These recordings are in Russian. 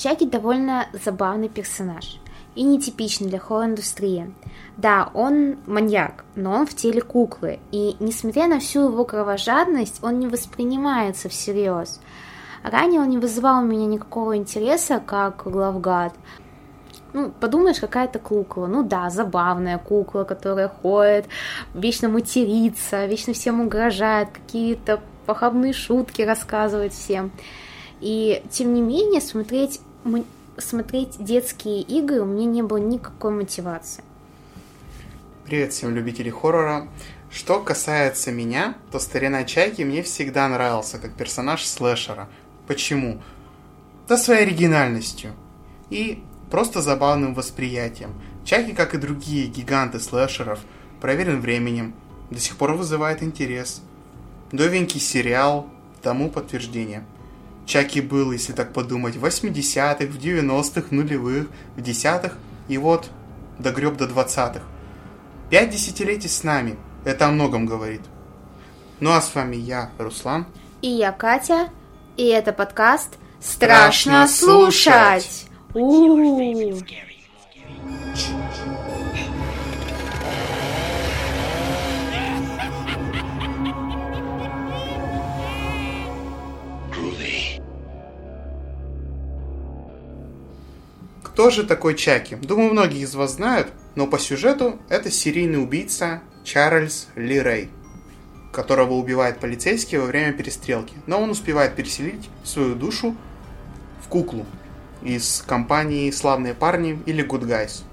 Чаки довольно забавный персонаж и нетипичный для хоррор-индустрии. Да, он маньяк, но он в теле куклы, и несмотря на всю его кровожадность, он не воспринимается всерьез. Ранее он не вызывал у меня никакого интереса, как главгад. Подумаешь, какая-то кукла. Да, забавная кукла, которая ходит, вечно матерится, вечно всем угрожает, какие-то похабные шутки рассказывает всем. И, тем не менее, смотреть детские игры у меня не было никакой мотивации. Привет всем любителей хоррора. Что касается меня, то старина Чаки мне всегда нравился как персонаж слэшера. Почему? Да своей оригинальностью и просто забавным восприятием. Чаки, как и другие гиганты слэшеров, проверен временем, до сих пор вызывает интерес. Новенький сериал тому подтверждение. Чаки был, если так подумать, в 80-х, в 90-х, нулевых, в 10-х и вот догреб до 20-х. 5 десятилетий с нами. Это о многом говорит. Ну а с вами я, Руслан. И я, Катя. И это подкаст «Страшно слушать». Кто же такой Чаки? Думаю, многие из вас знают, но по сюжету это серийный убийца Чарльз Ли Рэй, которого убивает полицейский во время перестрелки. Но он успевает переселить свою душу в куклу из компании «Славные парни» или «Good Guys».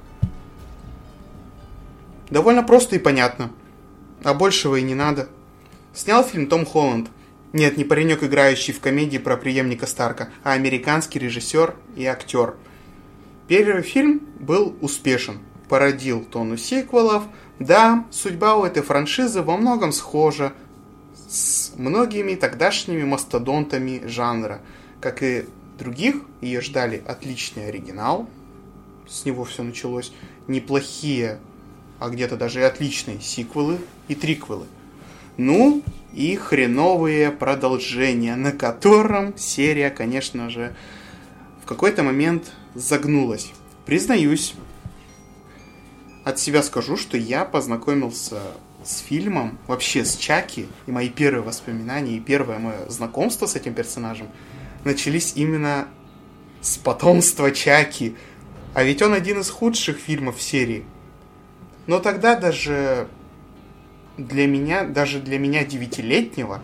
Довольно просто и понятно, а большего и не надо. Снял фильм Том Холланд. Нет, не паренек, играющий в комедии про преемника Старка, а американский режиссер и актер. Первый фильм был успешен, породил тонну сиквелов. Да, судьба у этой франшизы во многом схожа с многими тогдашними мастодонтами жанра. Как и других, ее ждали отличный оригинал, с него все началось, неплохие, а где-то даже и отличные сиквелы и триквелы. Ну, и хреновые продолжения, на котором серия, конечно же, в какой-то момент загнулась. Признаюсь, от себя скажу, что я познакомился с фильмом, вообще с Чаки, и мои первые воспоминания, и первое мое знакомство с этим персонажем начались именно с потомства Чаки. А ведь он один из худших фильмов в серии. Но тогда даже для меня 9-летнего,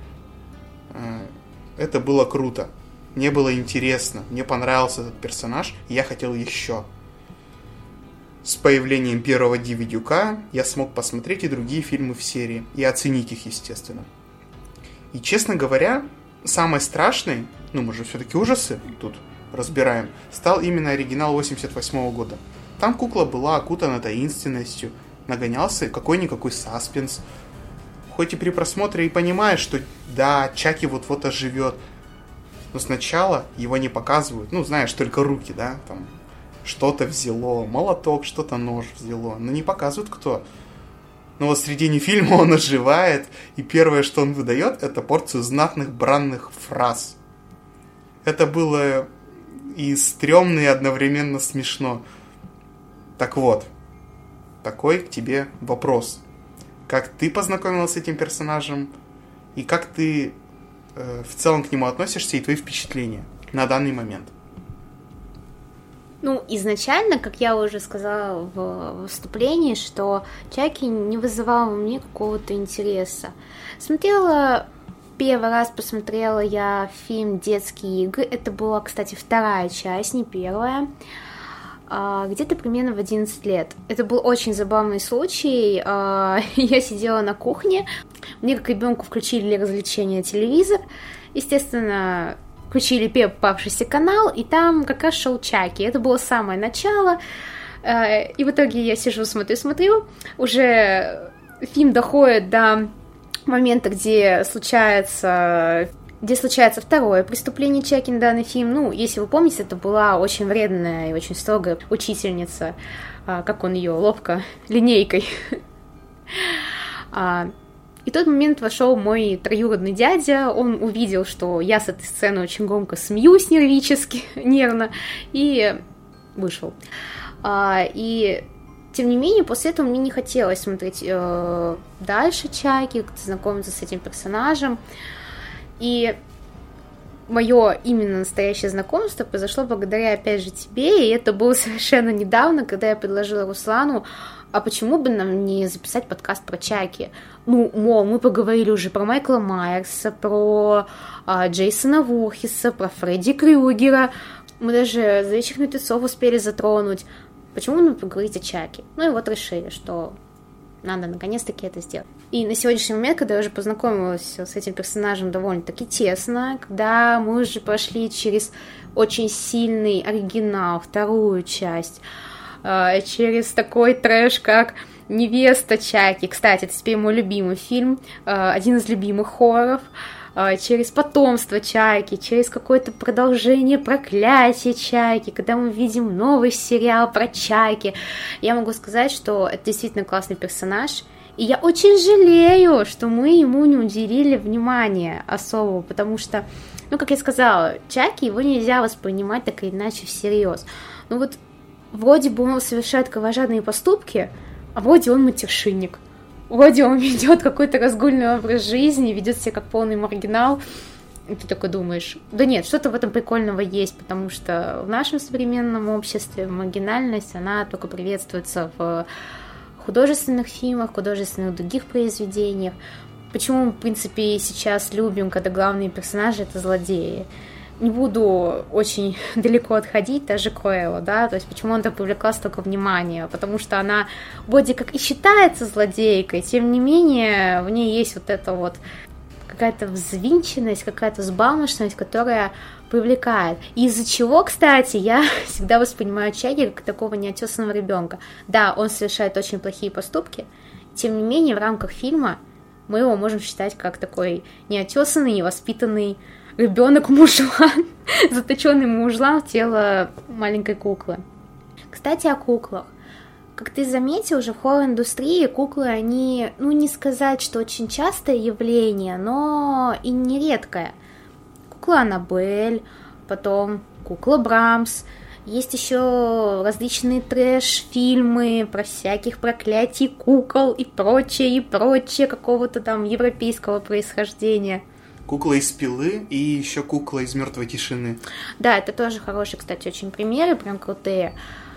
это было круто. Мне было интересно, мне понравился этот персонаж, и я хотел еще. С появлением первого DVD я смог посмотреть и другие фильмы в серии, и оценить их, естественно. И, честно говоря, самой страшной, мы же все-таки ужасы тут разбираем, стал именно оригинал 88 года. Там кукла была окутана таинственностью, нагонялся какой-никакой саспенс. Хоть и при просмотре и понимаешь, что да, Чаки вот-вот оживет, но сначала его не показывают. Знаешь, только руки, да, там что-то взяло, молоток, что-то нож взяло, но не показывают кто. Но вот в середине фильма он оживает, и первое, что он выдает, это порцию знатных бранных фраз. Это было и стрёмно, и одновременно смешно. Так вот, такой к тебе вопрос. Как ты познакомился с этим персонажем, и как ты в целом к нему относишься, и твои впечатления на данный момент? Изначально, как я уже сказала в вступлении, что Чаки не вызывал у меня какого-то интереса. Первый раз посмотрела я фильм «Детские игры». Это была, кстати, вторая часть, не первая. Где-то примерно в 11 лет. Это был очень забавный случай. Я сидела на кухне. Мне, как ребенку, включили для развлечения телевизор. Естественно, включили первый попавшийся канал, и там как раз шел Чаки. Это было самое начало. И в итоге я сижу, смотрю. Уже фильм доходит до момента, где случается второе преступление Чаки на данный фильм. Если вы помните, это была очень вредная и очень строгая учительница, как он ее ловко линейкой И в тот момент вошел мой троюродный дядя, он увидел, что я с этой сцены очень громко смеюсь нервически, нервно, и вышел. И тем не менее, после этого мне не хотелось смотреть дальше Чаки, знакомиться с этим персонажем. И мое именно настоящее знакомство произошло благодаря, опять же, тебе, и это было совершенно недавно, когда я предложила Руслану, а почему бы нам не записать подкаст про Чаки? Ну, мол, мы поговорили уже про Майкла Майерса, про Джейсона Вурхиса, про Фредди Крюгера, мы даже «Зловещих мертвецов» успели затронуть. Почему нам поговорить о Чаки? Ну и вот решили, что надо наконец-таки это сделать. И на сегодняшний момент, когда я уже познакомилась с этим персонажем довольно-таки тесно, когда мы уже прошли через очень сильный оригинал, вторую часть, через такой трэш, как «Невеста Чаки». Кстати, это теперь мой любимый фильм, один из любимых хорроров. Через «Потомство Чаки», через какое-то продолжение «Проклятие Чаки», когда мы видим новый сериал про Чаки. Я могу сказать, что это действительно классный персонаж, и я очень жалею, что мы ему не уделили внимания особого, потому что, ну, как я сказала, Чаки, его нельзя воспринимать так или иначе всерьез. Ну вот, вроде бы он совершает кровожадные поступки, а вроде он матершинник. Вроде он ведет какой-то разгульный образ жизни, ведет себя как полный маргинал. И ты такой думаешь, да нет, что-то в этом прикольного есть, потому что в нашем современном обществе маргинальность, она только приветствуется в художественных фильмах, художественных других произведениях. Почему мы, в принципе, сейчас любим, когда главные персонажи — это злодеи? Не буду очень далеко отходить, даже Круэлла, да, то есть почему она привлекла столько внимания, потому что она вроде как и считается злодейкой, тем не менее в ней есть вот эта вот какая-то взвинченность, какая-то взбалмошность, которая привлекает. Из-за чего, кстати, я всегда воспринимаю Чаки как такого неотесанного ребенка. Да, он совершает очень плохие поступки, тем не менее в рамках фильма мы его можем считать как такой неотесанный, невоспитанный ребенок-мужлан, заточенный мужлан в тело маленькой куклы. Кстати, о куклах. Как ты заметил, уже в хоррор-индустрии куклы, они, ну не сказать, что очень частое явление, но и не редкое. Кукла Аннабель, потом кукла Брамс. Есть еще различные трэш-фильмы про всяких проклятий кукол и прочее, какого-то там европейского происхождения. Кукла из «Пилы» и еще кукла из «Мертвой тишины». Да, это тоже хорошие, кстати, очень примеры, прям крутые.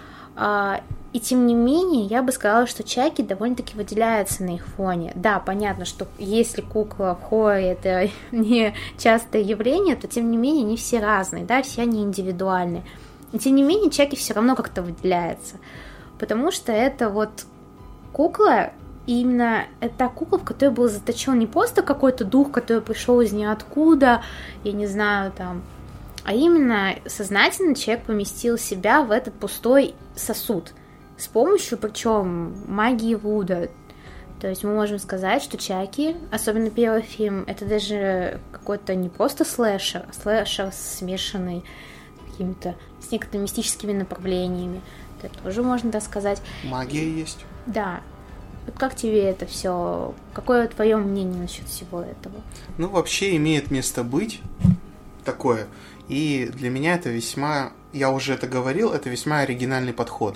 И тем не менее, я бы сказала, что Чаки довольно-таки выделяется на их фоне. Да, понятно, что если кукла в хорроре это не частое явление, то тем не менее они все разные, да, все они индивидуальны. И тем не менее Чаки все равно как-то выделяется, потому что это вот кукла. И именно это кукла, в которой был заточен не просто какой-то дух, который пришел из ниоткуда, я не знаю, там, а именно сознательно человек поместил себя в этот пустой сосуд с помощью, причем, магии Вуда. То есть мы можем сказать, что Чаки, особенно первый фильм, это даже какой-то не просто слэшер, а слэшер смешанный какими-то с некоторыми мистическими направлениями. Это тоже можно так сказать. Магия есть. Да. Вот как тебе это все? Какое твое мнение насчет всего этого? Ну, вообще имеет место быть такое. И для меня это весьма, я уже это говорил, это весьма оригинальный подход.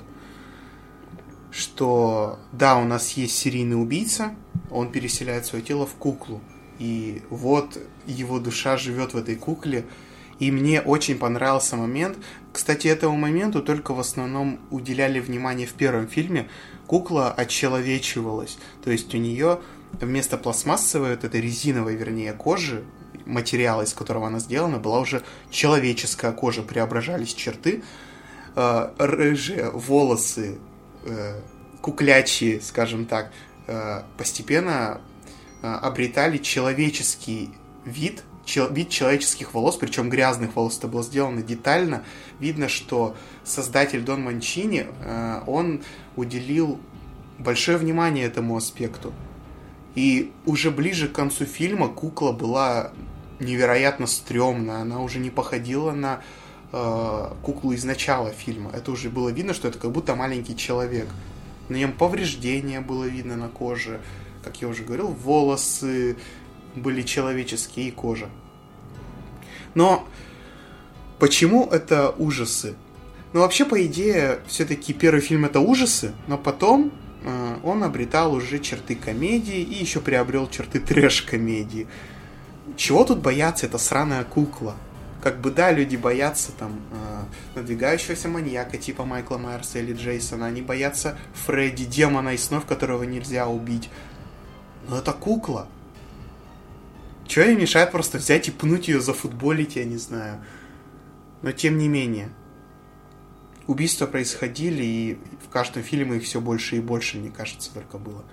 Что, да, у нас есть серийный убийца, он переселяет свое тело в куклу. И вот его душа живет в этой кукле. И мне очень понравился момент. Кстати, этому моменту только в основном уделяли внимание в первом фильме. Кукла отчеловечивалась. То есть у нее вместо пластмассовой, вот этой резиновой, вернее, кожи, материала, из которого она сделана, была уже человеческая кожа. Преображались черты. Рыжие волосы, куклячие, скажем так, постепенно обретали человеческий вид человеческих волос, причем грязных волос. Это было сделано детально. Видно, что создатель Дон Манчини, он уделил большое внимание этому аспекту. И уже ближе к концу фильма кукла была невероятно стрёмная. Она уже не походила на куклу из начала фильма. Это уже было видно, что это как будто маленький человек. На нем повреждения было видно на коже. как я уже говорил, волосы были человеческие и кожа. Но почему это ужасы? Ну, вообще, по идее, все-таки первый фильм это ужасы, но потом он обретал уже черты комедии и еще приобрел черты трэш-комедии. Чего тут бояться? Это сраная кукла. Как бы, да, люди боятся там надвигающегося маньяка типа Майкла Майерса или Джейсона. Они боятся Фредди, демона из снов, которого нельзя убить. Но это кукла. Чего ей мешает просто взять и пнуть ее, зафутболить, я не знаю. Но тем не менее. Убийства происходили, и в каждом фильме их все больше и больше, мне кажется, только было.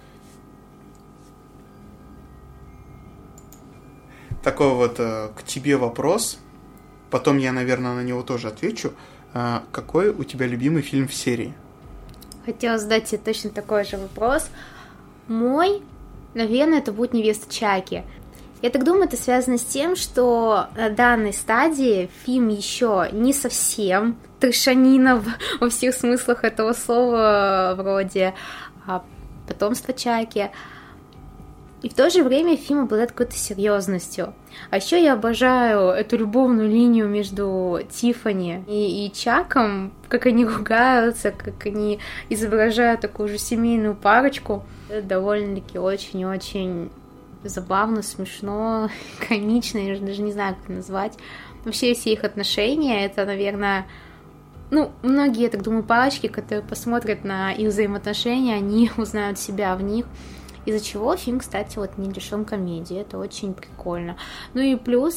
Такой вот к тебе вопрос. Потом я, наверное, на него тоже отвечу. Какой у тебя любимый фильм в серии? Хотела задать тебе точно такой же вопрос. Мой, наверное, это будет «Невеста Чаки». Я так думаю, это связано с тем, что на данной стадии фильм еще не совсем трешанина во всех смыслах этого слова, вроде «Потомство Чаки». И в то же время фильм обладает какой-то серьезностью. А еще я обожаю эту любовную линию между Тиффани и Чаком, как они ругаются, как они изображают такую же семейную парочку. Это довольно-таки очень-очень забавно, смешно, комично, я даже не знаю, как это назвать. Вообще все их отношения, это, наверное, многие, я так думаю, парочки, которые посмотрят на их взаимоотношения, они узнают себя в них. Из-за чего фильм, кстати, вот не лишен комедии, это очень прикольно. Ну и плюс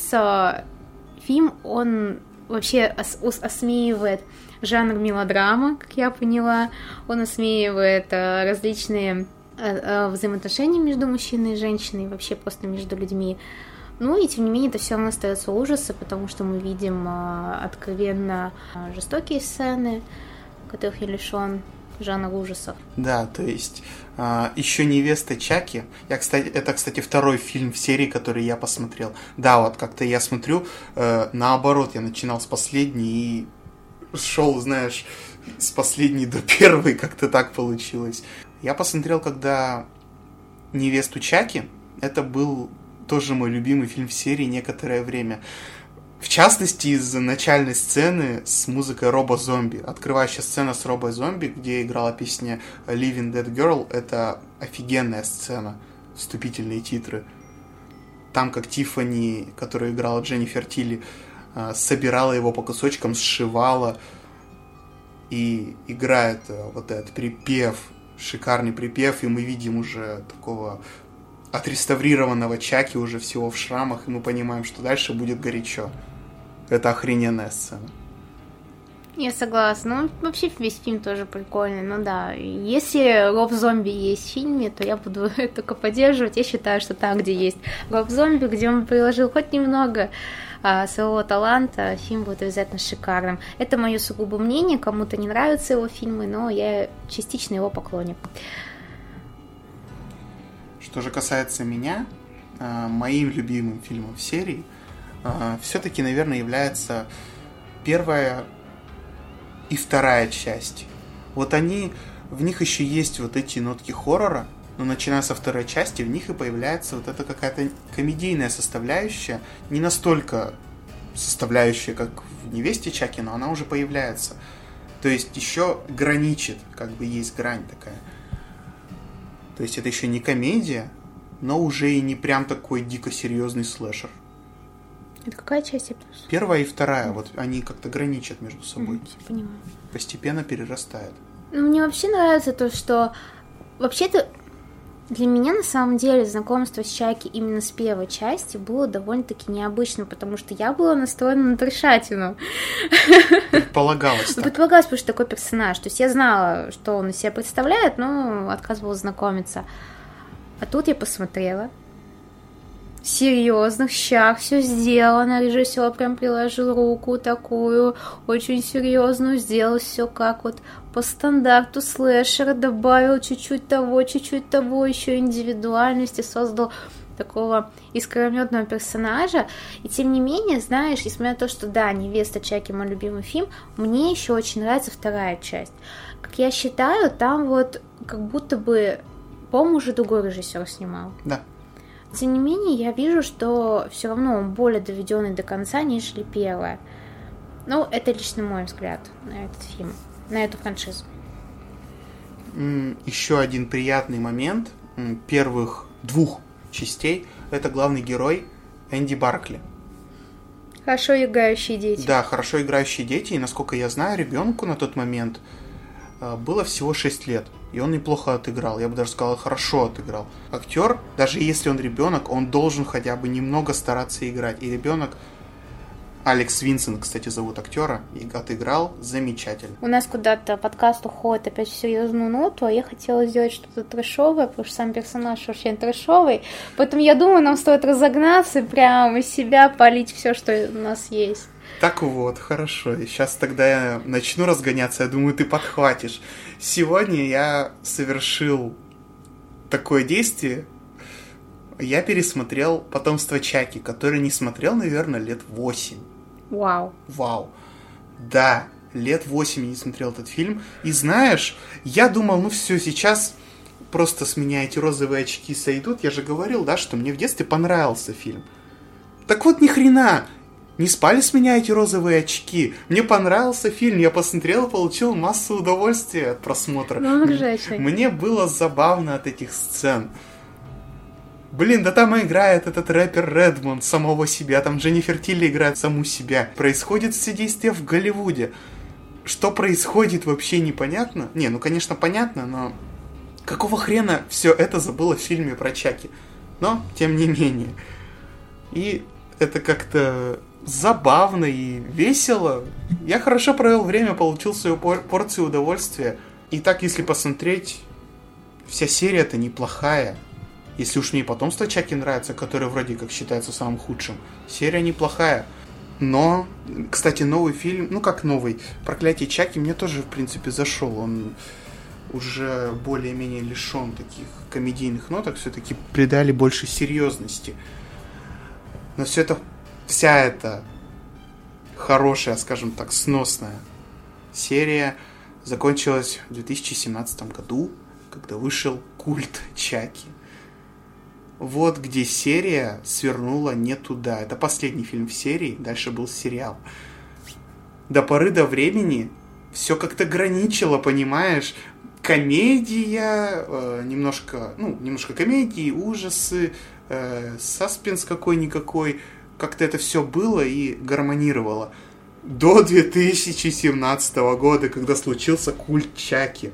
фильм, он вообще осмеивает жанр мелодрама, как я поняла, он осмеивает различные взаимоотношения между мужчиной и женщиной, вообще просто между людьми. Ну и тем не менее это все равно остается ужасы, потому что мы видим откровенно жестокие сцены, которых не лишен жанр ужасов. Да, то есть еще «Невеста Чаки». Это, кстати, второй фильм в серии, который я посмотрел. Да, вот как-то я смотрю, наоборот, я начинал с последней и шел, знаешь, с последней до первой, как-то так получилось. Я посмотрел, когда «Невесту Чаки». Это был тоже мой любимый фильм в серии некоторое время. В частности, из-за начальной сцены с музыкой Робо Зомби. Открывающая сцена с Робо Зомби, где играла песня Living Dead Girl, это офигенная сцена. Вступительные титры. Там, как Тиффани, которая играла Дженнифер Тилли, собирала его по кусочкам, сшивала. И играет вот этот припев, шикарный припев, и мы видим уже такого отреставрированного Чаки, уже всего в шрамах, и мы понимаем, что дальше будет горячо. Это охрененная сцена. Я согласна. Ну, вообще весь фильм тоже прикольный. Ну да, если Роб Зомби есть в фильме, то я буду это только поддерживать. Я считаю, что там, где есть Роб Зомби, где он приложил хоть немного своего таланта, фильм будет обязательно шикарным. Это мое сугубо мнение. Кому-то не нравятся его фильмы, но я частично его поклонник. Что же касается меня, моим любимым фильмом в серии все-таки, наверное, является первая и вторая часть. Вот в них еще есть вот эти нотки хоррора, но начиная со второй части в них и появляется вот эта какая-то комедийная составляющая, не настолько составляющая, как в «Невесте Чаки», но она уже появляется. То есть еще граничит, как бы есть грань такая. То есть это еще не комедия, но уже и не прям такой дико серьезный слэшер. Это какая часть? Первая и вторая, вот они как-то граничат между собой. Понимаю. Постепенно перерастают. Ну, мне вообще нравится то, что вообще-то для меня на самом деле знакомство с Чаки именно с первой части было довольно-таки необычным, потому что я была настроена на трешатину. Предполагалось так. Предполагалось, потому что такой персонаж. То есть я знала, что он из себя представляет, но отказывалась знакомиться. А тут я посмотрела. В серьезных щах все сделано. Режиссер прям приложил руку такую, очень серьезную, сделал все как вот по стандарту слэшера, добавил чуть-чуть того, еще индивидуальности, создал такого искрометного персонажа. И тем не менее, знаешь, несмотря на то, что да, «Невеста Чаки» мой любимый фильм, мне еще очень нравится вторая часть. Как я считаю, там вот как будто бы По-моему, уже другой режиссер снимал. Да. Тем не менее, я вижу, что все равно он более доведенный до конца, нежели первое. Ну, это лично мой взгляд на этот фильм, на эту франшизу. Еще один приятный момент первых 2 частей — это главный герой Энди Баркли. Хорошо играющие дети. Да, хорошо играющие дети, и, насколько я знаю, ребенку на тот момент было всего 6 лет. И он неплохо отыграл, я бы даже сказал, хорошо отыграл. Актер, даже если он ребенок, он должен хотя бы немного стараться играть. И ребенок, Алекс Винсент, кстати, зовут актера, и отыграл замечательно. У нас куда-то подкаст уходит опять в серьезную ноту, а я хотела сделать что-то трэшовое, потому что сам персонаж очень трэшовый. Поэтому я думаю, нам стоит разогнаться и прямо из себя полить все, что у нас есть. Так вот, хорошо. И сейчас тогда я начну разгоняться, я думаю, ты подхватишь. Сегодня я совершил такое действие. Я пересмотрел «Потомство Чаки», который не смотрел, наверное, лет 8. Вау. Вау. Да, лет 8 я не смотрел этот фильм. И знаешь, я думал, ну все, сейчас просто с меня эти розовые очки сойдут. Я же говорил, да, что мне в детстве понравился фильм. Так вот, ни хрена. Не спали с меня эти розовые очки. Мне понравился фильм, я посмотрел и получил массу удовольствия от просмотра. Мне было забавно от этих сцен. Блин, да там играет этот рэпер Редмонд самого себя, там Дженнифер Тилли играет саму себя. Происходит все действия в Голливуде. Что происходит, вообще непонятно. Не, ну конечно понятно, но какого хрена все это забыло в фильме про Чаки? Но, тем не менее. И это как-то забавно и весело. Я хорошо провел время, получил свою порцию удовольствия. И так, если посмотреть, вся серия-то неплохая. Если уж мне «Потомство Чаки» нравится, которое вроде как считается самым худшим, серия неплохая. Но, кстати, новый фильм, ну как новый, «Проклятие Чаки» мне тоже, в принципе, зашел. Он уже более-менее лишен таких комедийных ноток, все-таки придали больше серьезности. Но вся эта хорошая, скажем так, сносная серия закончилась в 2017 году, когда вышел «Культ Чаки». Вот где серия свернула не туда. Это последний фильм в серии, дальше был сериал. До поры до времени все как-то граничило, понимаешь? Комедия, немножко комедии, ужасы, саспенс какой-никакой. Как-то это все было и гармонировало. До 2017 года, когда случился «Культ Чаки».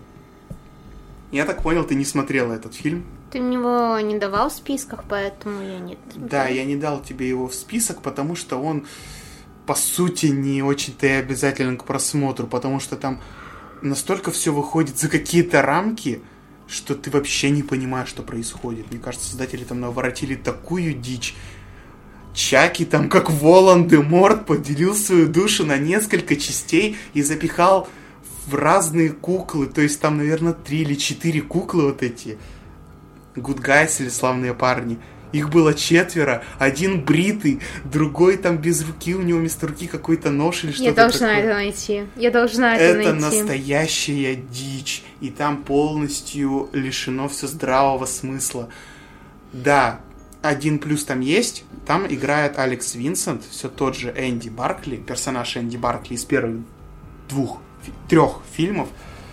Я так понял, ты не смотрела этот фильм? Ты мне его не давал в списках, поэтому я не смотрела. Да, я не дал тебе его в список, потому что он, по сути, не очень-то и обязателен к просмотру, потому что там настолько все выходит за какие-то рамки, что ты вообще не понимаешь, что происходит. Мне кажется, создатели там наворотили такую дичь. Чаки там, как Волан-де-Морт, поделил свою душу на несколько частей и запихал в разные куклы. То есть там, наверное, 3 или 4 куклы вот эти. Good Guys или славные парни. Их было 4. Один бритый, другой там без руки, у него вместо руки какой-то нож или что-то такое. Я должна это найти. Это настоящая дичь. И там полностью лишено все здравого смысла. Да, один плюс там есть. Там играет Алекс Винсент, все тот же Энди Баркли, персонаж Энди Баркли из первых 3 фильмов.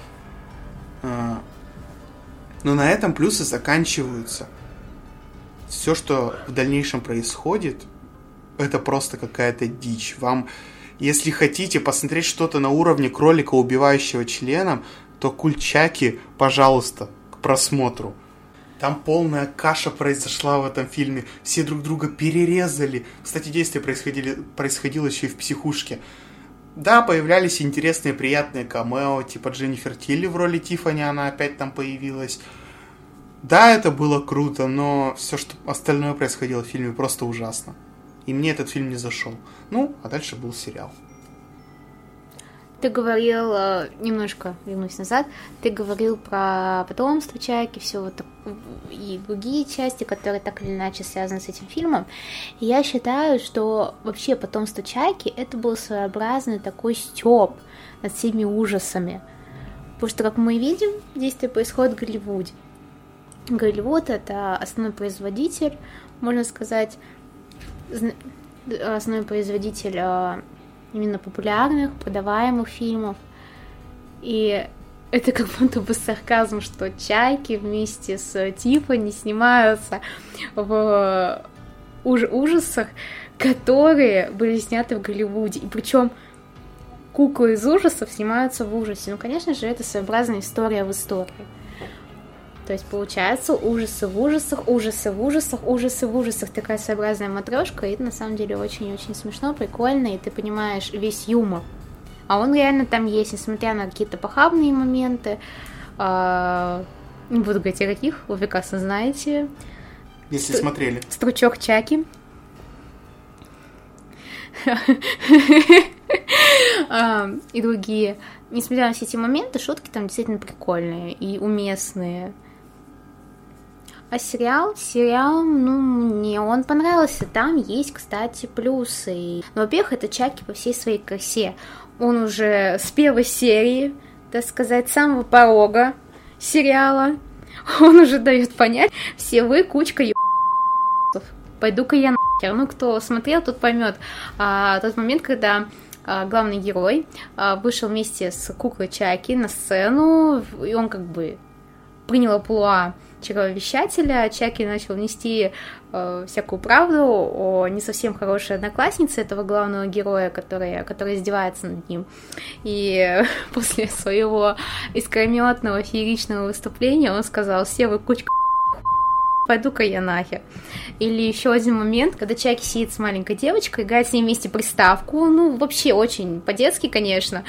Но на этом плюсы заканчиваются. Все, что в дальнейшем происходит, это просто какая-то дичь. Вам, если хотите посмотреть что-то на уровне кролика, убивающего членом, то «Культ Чаки», пожалуйста, к просмотру. Там полная каша произошла в этом фильме. Все друг друга перерезали. Кстати, действие происходило еще и в психушке. Да, появлялись интересные, приятные камео, типа Дженнифер Тилли в роли Тиффани, она опять там появилась. Да, это было круто, но все, что остальное происходило в фильме, просто ужасно. И мне этот фильм не зашел. Ну, а дальше был сериал. Ты говорил, немножко вернусь назад, ты говорил про «Потомство Чаки», все вот и другие части, которые так или иначе связаны с этим фильмом. И я считаю, что вообще «Потомство Чаки» это был своеобразный такой стёб над всеми ужасами. Потому что, как мы видим, действие происходит в Голливуде. Голливуд — это основной производитель, можно сказать, основной производитель именно популярных, продаваемых фильмов. И это как будто бы сарказм, что «Чайки» вместе с Тиффани снимаются в ужасах, которые были сняты в Голливуде. И причем куклы из ужасов снимаются в ужасе. Ну, конечно же, это своеобразная история в истории. То есть, получается, ужасы в ужасах, ужасы в ужасах, ужасы в ужасах. Такая своеобразная матрешка, и это на самом деле очень-очень смешно, прикольно, и ты понимаешь весь юмор. А он реально там есть, несмотря на какие-то похабные моменты. Не буду говорить о каких, вы прекрасно знаете. Если смотрели. Стручок Чаки. И другие. Несмотря на все эти моменты, шутки там действительно прикольные и уместные. А сериал, ну, мне он понравился. Там есть, кстати, плюсы. Ну, во-первых, это Чаки по всей своей красе. Он уже с первой серии, так сказать, с самого порога сериала, он уже дает понять, все вы кучка еб***ов. Пойду-ка я нахер. Ну, кто смотрел, тот поймет. Тот момент, когда главный герой вышел вместе с куклой Чаки на сцену, и он как бы принял амплуа чаровещателя, Чаки начал нести всякую правду о не совсем хорошей однокласснице этого главного героя, которая издевается над ним. И после своего искрометного фееричного выступления он сказал: «Все вы кучка, пойду-ка я нахер». Или еще один момент, когда Чаки сидит с маленькой девочкой, играет с ней вместе приставку, ну, вообще очень по-детски, конечно.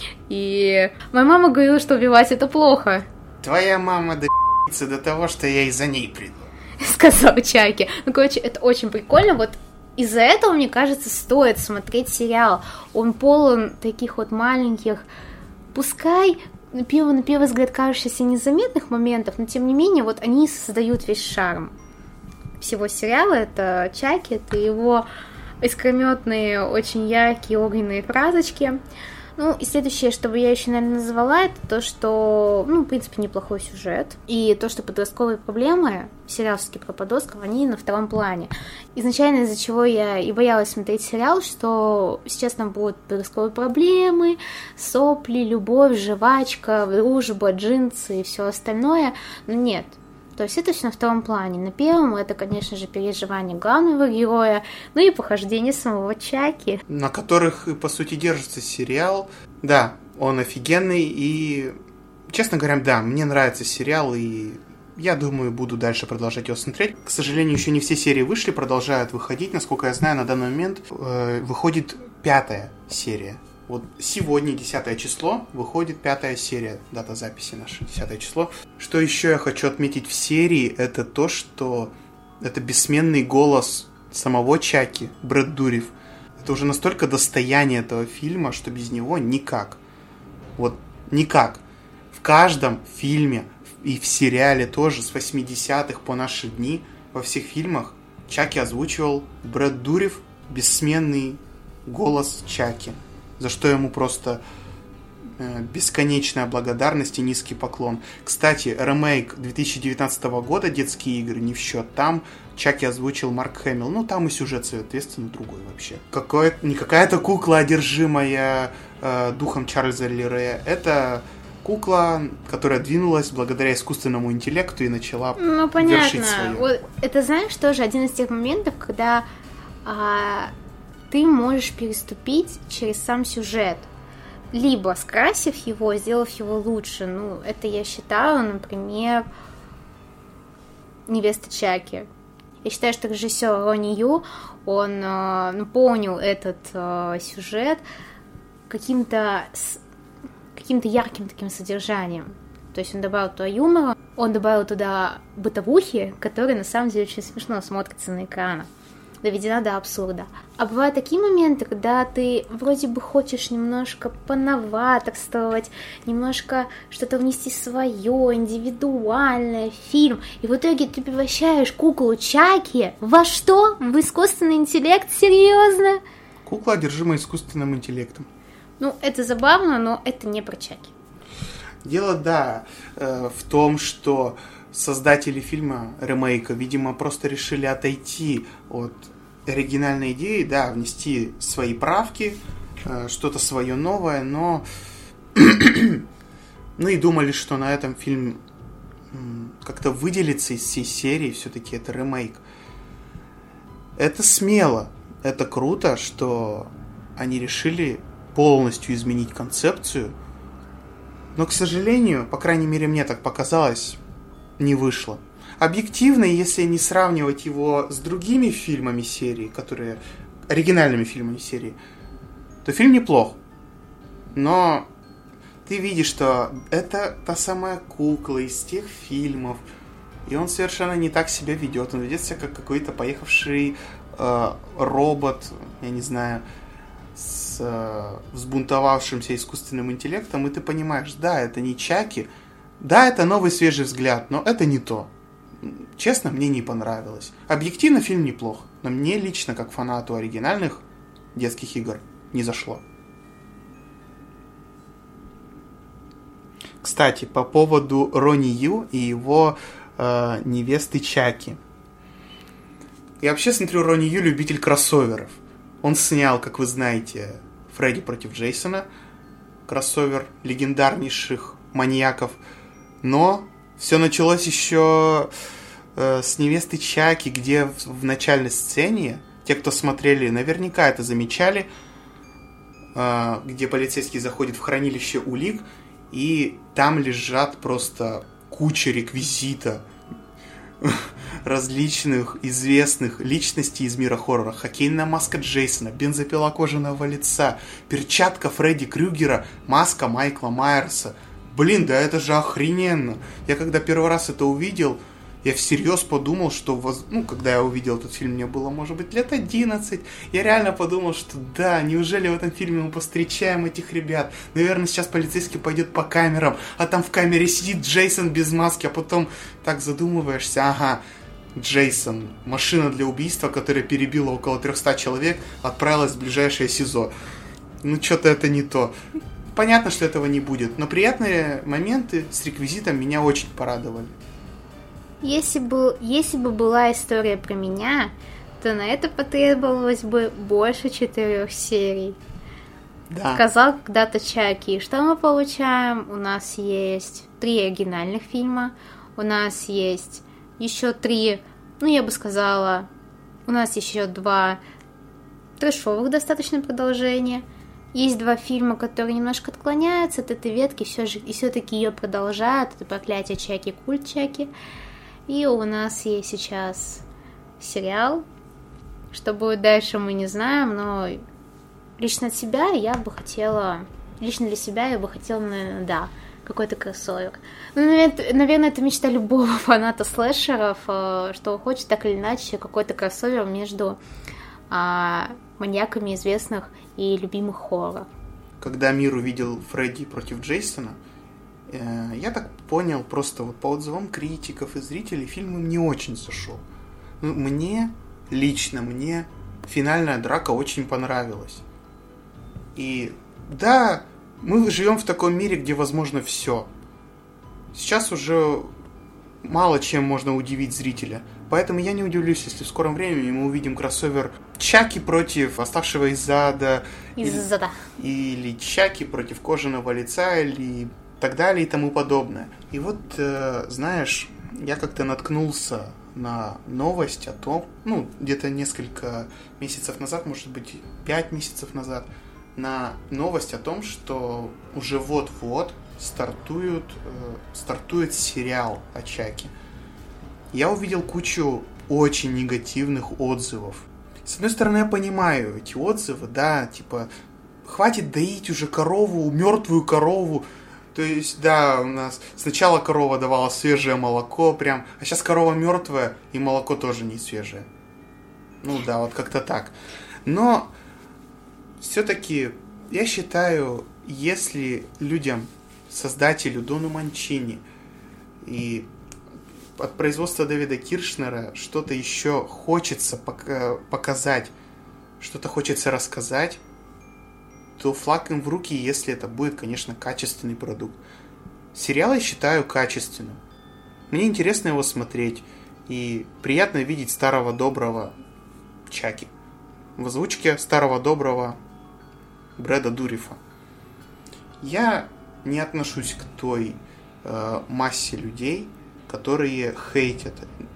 И моя мама говорила, что убивать это плохо. Твоя мама до того, что я и за ней приду. Сказал Чаки. Ну, короче, это очень прикольно. Вот из-за этого, мне кажется, стоит смотреть сериал. Он полон таких вот маленьких, пускай на первый взгляд кажущихся незаметных моментов, но тем не менее, вот они создают весь шарм всего сериала. Это Чаки, это его искрометные, очень яркие огненные фразочки. Ну, и следующее, что бы я еще, наверное, назвала, это то, что, ну, в принципе, неплохой сюжет. И то, что подростковые проблемы, сериал все-таки про подростков, они на втором плане. Изначально из-за чего я и боялась смотреть сериал, что сейчас там будут подростковые проблемы, сопли, любовь, жвачка, дружба, джинсы и все остальное. Но нет. То есть это все на втором плане. На первом это, конечно же, переживания главного героя, ну и похождение самого Чаки. На которых, по сути, держится сериал. Да, он офигенный, и, честно говоря, да, мне нравится сериал, и я думаю, буду дальше продолжать его смотреть. К сожалению, еще не все серии вышли, продолжают выходить. Насколько я знаю, на данный момент выходит 5-я серия. Вот сегодня, 10 число, выходит 5-я серия, дата записи наша, 10 число. Что еще я хочу отметить в серии, это то, что это бессменный голос самого Чаки, Брэд Дуриф. Это уже настолько достояние этого фильма, что без него никак. Вот никак. В каждом фильме и в сериале тоже с 80-х по наши дни, во всех фильмах Чаки озвучивал Брэд Дуриф, бессменный голос Чаки. За что ему просто бесконечная благодарность и низкий поклон. Кстати, ремейк 2019 года «Детские игры» не в счет. Там Чаки озвучил Марк Хэмилл. Ну, там и сюжет, соответственно, другой вообще. Не какая-то кукла, одержимая духом Чарльза Лирея. Это кукла, которая двинулась благодаря искусственному интеллекту и начала вершить свое. Вот, это, знаешь, тоже один из тех моментов, когда ты можешь переступить через сам сюжет, либо скрасив его, сделав его лучше. Ну, это я считаю, например, «Невеста Чаки». Я считаю, что режиссер Ронни Ю, он наполнил этот сюжет каким-то ярким таким содержанием. То есть он добавил туда юмора, он добавил туда бытовухи, которые на самом деле очень смешно смотрятся на экранах. Доведена до абсурда. А бывают такие моменты, когда ты вроде бы хочешь немножко поноваторствовать, немножко что-то внести свое, индивидуальное в фильм, и в итоге ты превращаешь куклу Чаки во что? В искусственный интеллект? Серьезно? Кукла, одержимая искусственным интеллектом. Ну, это забавно, но это не про Чаки. Дело, да, в том, что создатели фильма ремейка, видимо, просто решили отойти от оригинальной идеи, да, внести свои правки, что-то свое новое, но ну и думали, что на этом фильм как-то выделится из всей серии, все-таки это ремейк. Это смело, это круто, что они решили полностью изменить концепцию, но, к сожалению, по крайней мере, мне так показалось, не вышло. Объективно, если не сравнивать его с другими фильмами серии, которые оригинальными фильмами серии, то фильм неплох. Но ты видишь, что это та самая кукла из тех фильмов, и он совершенно не так себя ведет. Он ведет себя как какой-то поехавший робот, я не знаю, с взбунтовавшимся искусственным интеллектом, и ты понимаешь, да, это не Чаки, да, это новый свежий взгляд, но это не то. Честно, мне не понравилось. Объективно фильм неплох, но мне лично, как фанату оригинальных детских игр, не зашло. Кстати, по поводу Ронни Ю и его невесты Чаки. Я вообще смотрю, Ронни Ю любитель кроссоверов. Он снял, как вы знаете, Фредди против Джейсона, кроссовер легендарнейших маньяков. Но все началось еще с невесты Чаки, где в начальной сцене, те, кто смотрели, наверняка это замечали, где полицейский заходит в хранилище улик, и там лежат просто куча реквизита различных известных личностей из мира хоррора. Хоккейная маска Джейсона, бензопила кожаного лица, перчатка Фредди Крюгера, маска Майкла Майерса. Блин, да это же охрененно. Я когда первый раз это увидел, я всерьез подумал, что... когда я увидел этот фильм, мне было, может быть, лет 11. Я реально подумал, что да, неужели в этом фильме мы повстречаем этих ребят? Наверное, сейчас полицейский пойдет по камерам, а там в камере сидит Джейсон без маски, а потом так задумываешься, ага, Джейсон, машина для убийства, которая перебила около 300 человек, отправилась в ближайшее СИЗО. Ну, что-то это не то. Понятно, что этого не будет, но приятные моменты с реквизитом меня очень порадовали. Если бы была история про меня, то на это потребовалось бы больше 4 серий. Да. Сказал когда-то Чаки. Что мы получаем? У нас есть 3 оригинальных фильма, у нас есть еще 3, я бы сказала, у нас еще 2 трэшовых достаточно продолжения. Есть 2 фильма, которые немножко отклоняются от этой ветки, и все-таки ее продолжают. Это «Проклятие Чаки», «Культ Чаки». И у нас есть сейчас сериал. Что будет дальше, мы не знаем, но лично для себя я бы хотела, наверное, да, какой-то кроссовер. Наверное, это мечта любого фаната слэшеров, что хочет так или иначе какой-то кроссовер между маньяками известных и любимых хорроров. Когда мир увидел Фредди против Джейсона, я так понял, просто по отзывам критиков и зрителей, фильм им не очень зашел. Мне финальная драка очень понравилась. И да, мы живем в таком мире, где возможно все. Сейчас уже мало чем можно удивить зрителя. Поэтому я не удивлюсь, если в скором времени мы увидим кроссовер Чаки против Восставшего из ада. Или Чаки против Кожаного лица, или так далее и тому подобное. И вот, знаешь, я как-то наткнулся на новость о том, где-то несколько месяцев назад, может быть, 5 месяцев назад, на новость о том, что уже вот-вот стартует сериал о Чаки. Я увидел кучу очень негативных отзывов. С одной стороны, я понимаю эти отзывы, да, типа, хватит доить уже корову, мертвую корову. То есть, да, у нас сначала корова давала свежее молоко прям, а сейчас корова мертвая, и молоко тоже не свежее. Да, вот как-то так. Но все-таки я считаю, если людям, создателю Дону Манчини и от производства Дэвида Киршнера что-то еще хочется показать, что-то хочется рассказать, то флаг им в руки, если это будет, конечно, качественный продукт. Сериал я считаю качественным. Мне интересно его смотреть. И приятно видеть старого доброго Чаки в озвучке старого доброго Брэда Дурифа. Я не отношусь к той массе людей, которые хейтят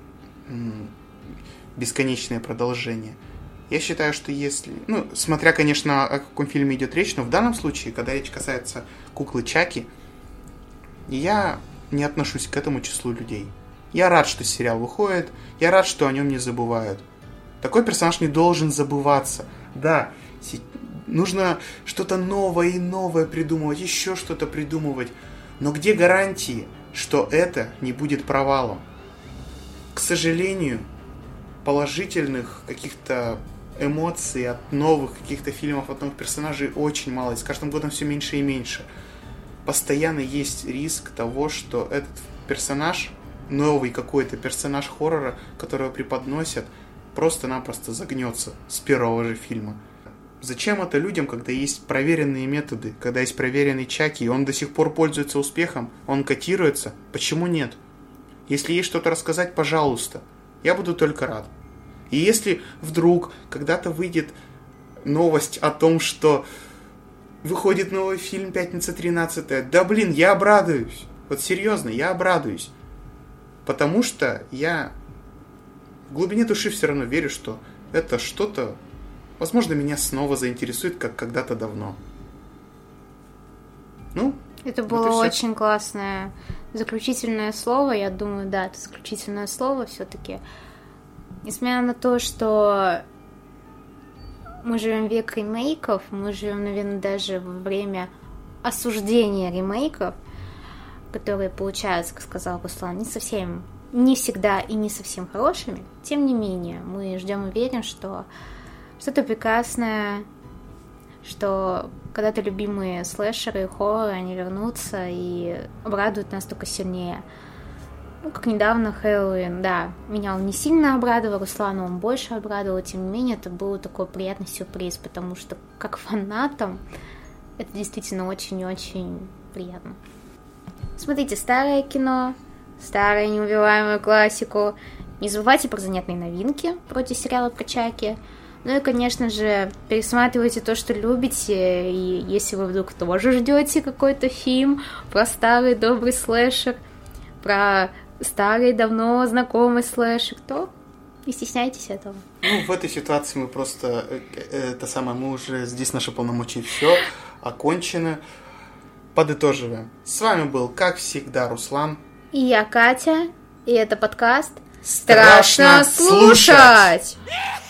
бесконечное продолжение. Я считаю, что если... смотря, конечно, о каком фильме идет речь, но в данном случае, когда речь касается куклы Чаки, я не отношусь к этому числу людей. Я рад, что сериал выходит, я рад, что о нем не забывают. Такой персонаж не должен забываться. Да, нужно что-то новое и новое придумывать, еще что-то придумывать. Но где гарантии, что это не будет провалом? К сожалению, положительных каких-то эмоций от новых каких-то фильмов, от новых персонажей очень мало. И с каждым годом все меньше и меньше. Постоянно есть риск того, что этот персонаж, новый какой-то персонаж хоррора, которого преподносят, просто-напросто загнется с первого же фильма. Зачем это людям, когда есть проверенные методы, когда есть проверенный Чаки, и он до сих пор пользуется успехом, он котируется? Почему нет? Если есть что-то рассказать, пожалуйста. Я буду только рад. И если вдруг когда-то выйдет новость о том, что выходит новый фильм «Пятница 13», да блин, я обрадуюсь. Вот серьезно, я обрадуюсь. Потому что я в глубине души все равно верю, что это что-то, возможно, меня снова заинтересует, как когда-то давно. Это было очень классное заключительное слово. Я думаю, да, это заключительное слово все-таки. Несмотря на то, что мы живем в век ремейков, мы живем, наверное, даже во время осуждения ремейков, которые получаются, как сказал Руслан, не всегда и не совсем хорошими. Тем не менее, мы ждем и верим, что что-то прекрасное, что когда-то любимые слэшеры и хорроры, они вернутся и обрадуют нас только сильнее. Как недавно Хэллоуин, да, меня он не сильно обрадовал, Руслану он больше обрадовал, тем не менее, это был такой приятный сюрприз, потому что как фанатам это действительно очень-очень приятно. Смотрите старое кино, старую неубиваемую классику, не забывайте про занятные новинки, вроде сериала про Чаки. Ну и, конечно же, пересматривайте то, что любите, и если вы вдруг тоже ждете какой-то фильм про старый добрый слэшер, про старый, давно знакомый слэшер, то не стесняйтесь этого. В этой ситуации мы просто, мы уже здесь наши полномочия все окончены. Подытоживаем. С вами был, как всегда, Руслан. И я, Катя, и это подкаст «Страшно слушать».